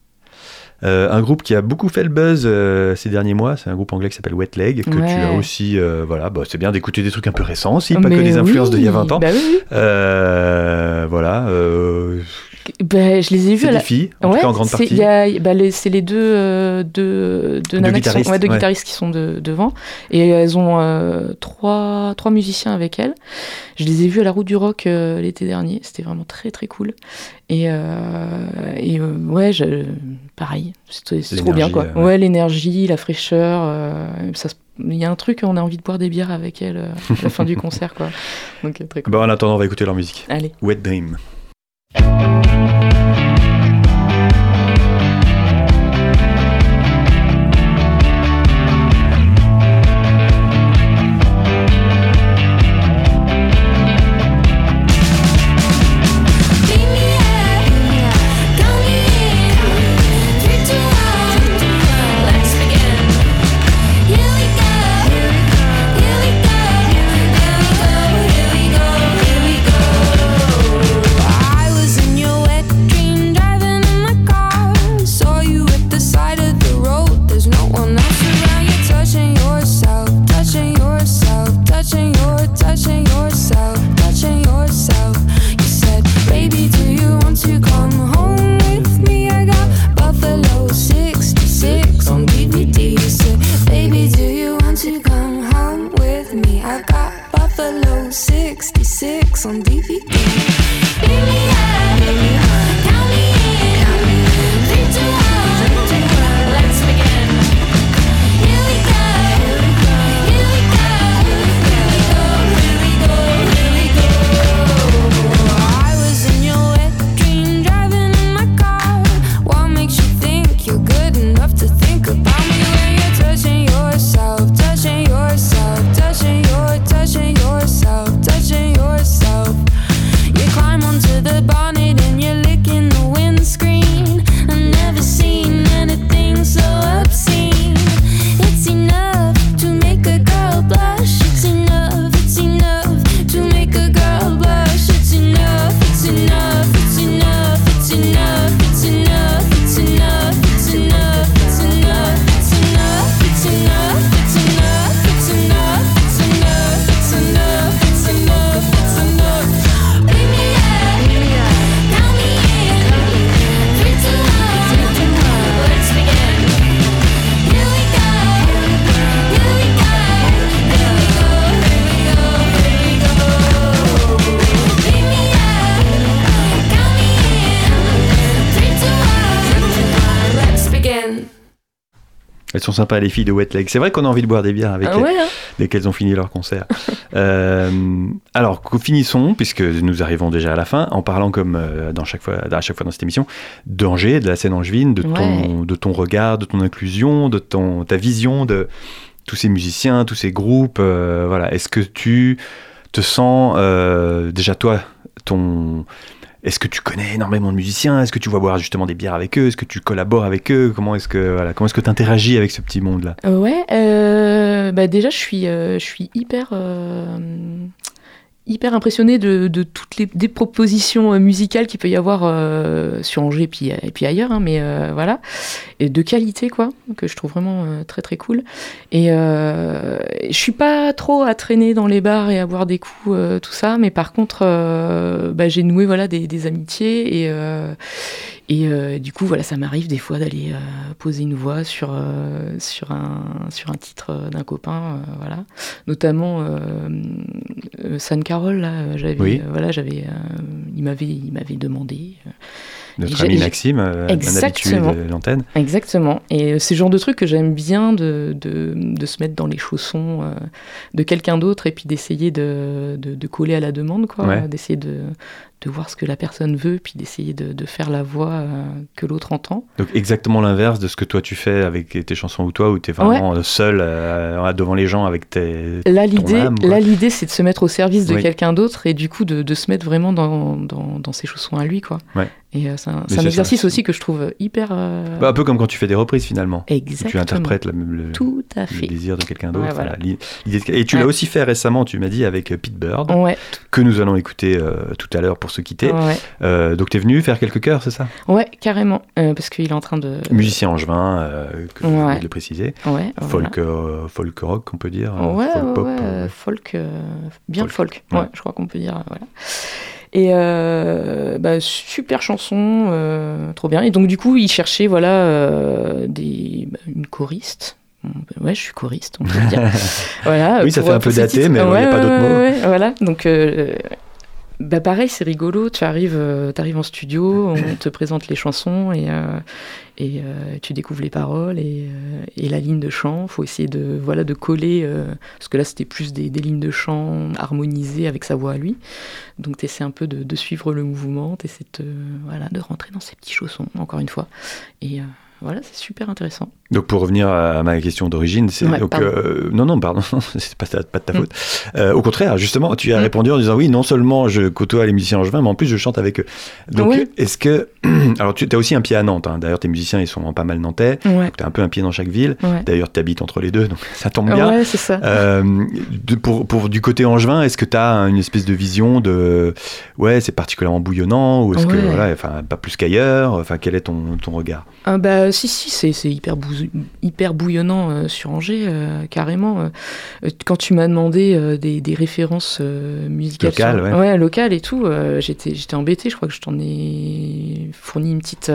Un groupe qui a beaucoup fait le buzz ces derniers mois, c'est un groupe anglais qui s'appelle Wet Leg, que tu as aussi... c'est bien d'écouter des trucs un peu récents aussi, pas que des influences d'il y a 20 ans. Je les ai vus c'est des filles, en tout cas en grande partie. C'est les deux guitaristes qui sont devant, et elles ont trois musiciens avec elles. Je les ai vus à la Route du Rock l'été dernier, c'était vraiment très très cool. Pareil, c'est trop bien quoi. Ouais, l'énergie, la fraîcheur, il y a un truc, on a envie de boire des bières avec elles à la fin du concert quoi. Donc très cool. En attendant, on va écouter leur musique. Allez. Wet Dream. Here we go. Elles sont sympas, les filles de Wet Leg. C'est vrai qu'on a envie de boire des bières avec elles dès qu'elles ont fini leur concert. Alors, finissons, puisque nous arrivons déjà à la fin, en parlant comme à chaque fois dans cette émission, d'Angers, de la scène angevine, de ton regard, de ton inclusion, de ta vision de tous ces musiciens, tous ces groupes. Voilà. Est-ce que tu te sens, déjà toi, est-ce que tu connais énormément de musiciens ? Est-ce que tu vas boire justement des bières avec eux ? Est-ce que tu collabores avec eux ? Comment est-ce que tu interagis avec ce petit monde-là ? Déjà, je suis hyper impressionnée de toutes des propositions musicales qu'il peut y avoir sur Angers et puis ailleurs, mais voilà, et de qualité, quoi, que je trouve vraiment très très cool. Et je suis pas trop à traîner dans les bars et à boire des coups, tout ça, mais par contre, j'ai noué des amitiés et du coup, ça m'arrive des fois d'aller poser une voix sur un titre d'un copain, notamment San Carole, là, il m'avait demandé. Notre ami Maxime, un habitué de l'antenne. Exactement. Et c'est le genre de truc que j'aime bien de se mettre dans les chaussons de quelqu'un d'autre et puis d'essayer de coller à la demande, quoi, d'essayer de voir ce que la personne veut, puis d'essayer de faire la voix que l'autre entend. Donc exactement l'inverse de ce que toi tu fais avec tes chansons ou toi, où tu es vraiment seul devant les gens avec ton âme. Là, l'idée, c'est de se mettre au service de quelqu'un d'autre et du coup de se mettre vraiment dans ses chaussons à lui, quoi. Ouais. Et c'est un exercice aussi que je trouve hyper... un peu comme quand tu fais des reprises, finalement. Exactement. Tu interprètes tout à fait. Le désir de quelqu'un d'autre. Voilà. Et tu l'as aussi fait récemment, tu m'as dit, avec Pete Bird, que nous allons écouter tout à l'heure pour se quitter. Donc tu es venu faire quelques chœurs, c'est ça ? Ouais, carrément. Parce qu'il est en train de... Musicien angevin, que je viens de le préciser. Folk rock, on peut dire. Folk pop. Folk, bien folk. Ouais, je crois qu'on peut dire. Voilà. Et super chanson, trop bien. Et donc du coup, il cherchait une choriste. Ouais, je suis choriste, on peut le dire. Oui, ça fait un peu daté, mais il n'y a pas d'autres mots. Voilà, donc pareil, c'est rigolo. Tu arrives en studio, on te présente les chansons et tu découvres les paroles et la ligne de chant. Faut essayer de coller, parce que là c'était plus des lignes de chant harmonisées avec sa voix à lui. Donc tu essaies un peu de suivre le mouvement, tu essaies de rentrer dans ces petits chaussons, encore une fois. Et c'est super intéressant. Donc pour revenir à ma question d'origine, c'est non, pardon, c'est pas de ta faute. Au contraire, justement, tu as répondu en disant oui, non seulement je côtoie les musiciens angevins, mais en plus je chante avec eux. Donc est-ce que alors tu as aussi un pied à Nantes, hein. D'ailleurs tes musiciens ils sont pas mal nantais, donc tu as un peu un pied dans chaque ville. D'ailleurs tu habites entre les deux, donc ça tombe bien. Ouais, c'est ça. Pour du côté angevin, est-ce que tu as une espèce de vision de c'est particulièrement bouillonnant ou est-ce que pas plus qu'ailleurs, quel est ton regard? Si, c'est hyper bouillonnant sur Angers, carrément. Quand tu m'as demandé des références musicales locales et tout, j'étais embêtée. Je crois que je t'en ai fourni une petite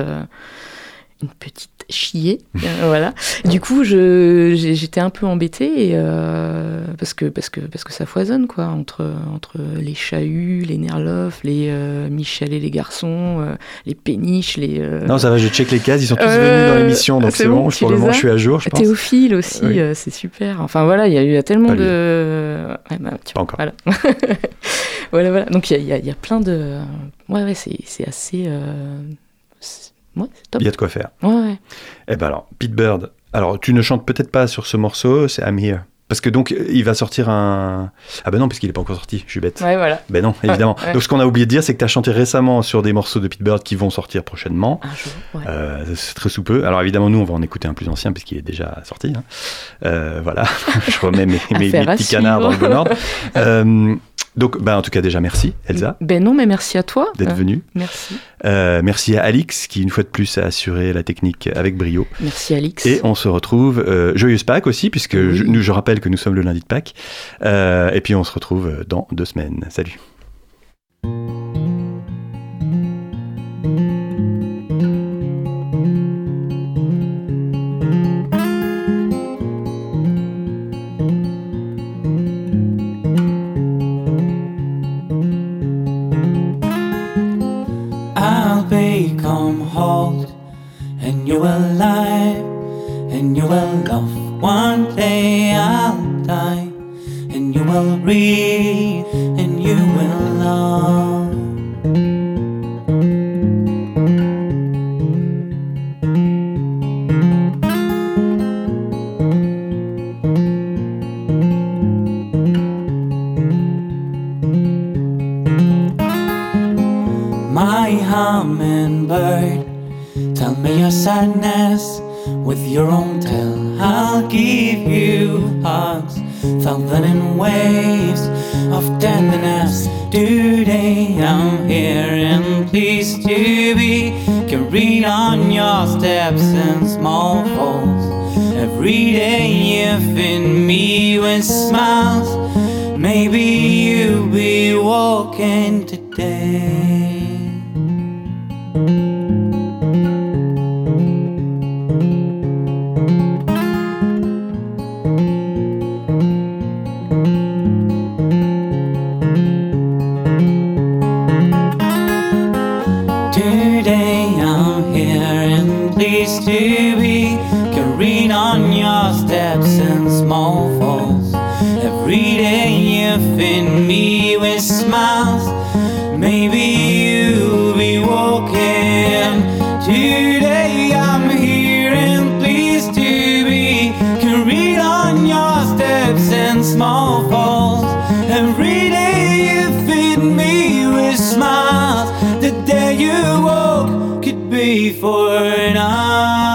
chier, voilà. Du coup, j'étais un peu embêtée parce que ça foisonne, quoi, entre les Chahuts, les Nerloff, les Michel et les garçons, les Péniches, les... Non, ça va, je check les cases, ils sont tous venus dans l'émission, donc c'est bon, pour le moment, je suis à jour, je pense. Théophile aussi, c'est super. Enfin, voilà, il y a tellement de... Pas encore. Voilà. voilà. Donc, il y a plein de... c'est assez... c'est top. Il y a de quoi faire. Ouais. Eh ben alors, Pete Bird, alors tu ne chantes peut-être pas sur ce morceau, c'est I'm Here. Parce que donc, il va sortir un... Ah ben non, puisqu'il n'est pas encore sorti, je suis bête. Ouais, voilà. Ben non, évidemment. Ouais. Donc ce qu'on a oublié de dire, c'est que tu as chanté récemment sur des morceaux de Pete Bird qui vont sortir prochainement. Un jour, c'est très sous peu. Alors évidemment, nous, on va en écouter un plus ancien, puisqu'il est déjà sorti. Hein. Voilà, je remets mes petits canards dans le bon ordre. Donc, en tout cas, déjà, merci, Elsa. Non, mais merci à toi. D'être venue. Merci. Merci à Alix, qui, une fois de plus, a assuré la technique avec brio. Merci, Alix. Et on se retrouve, joyeuse Pâques aussi, puisque je rappelle que nous sommes le lundi de Pâques. Et puis, on se retrouve dans 2 semaines. Salut. and you will love. One day I'll die, and you will read, and you will love. My hummingbird, tell me your sadness with your own tale. I'll give you hugs, thousand in waves of tenderness. Today I'm here and pleased to be carried on your steps in small folds. Every day you feed me with smiles. Maybe you'll be walking today. Today I'm here and pleased to be carried on your steps in small falls. Every day you feed me with smiles. Maybe you'll be walking. Today I'm here and pleased to be carried on your steps in small falls. Every day you feed me with smiles. The day you walk could be for now.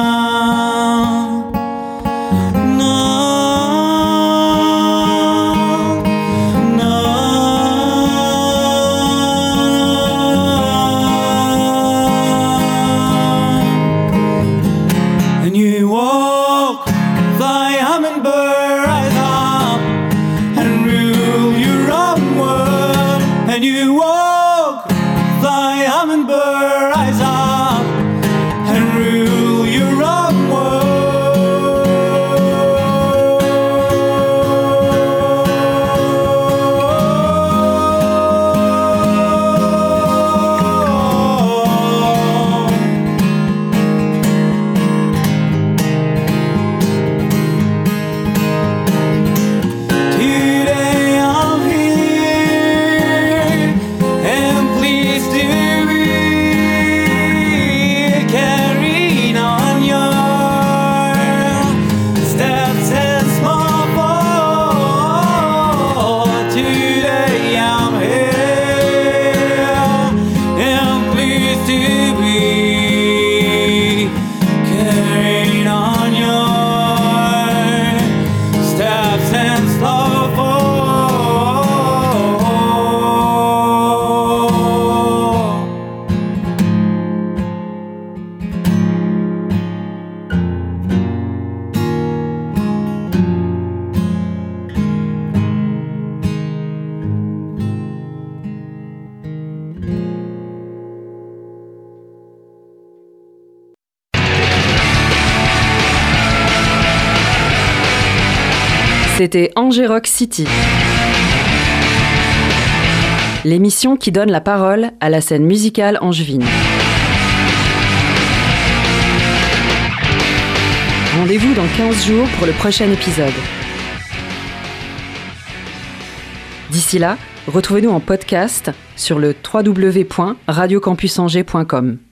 C'était Angers Rock City, l'émission qui donne la parole à la scène musicale angevine. Rendez-vous dans 15 jours pour le prochain épisode. D'ici là, retrouvez-nous en podcast sur le www.radiocampusangers.com.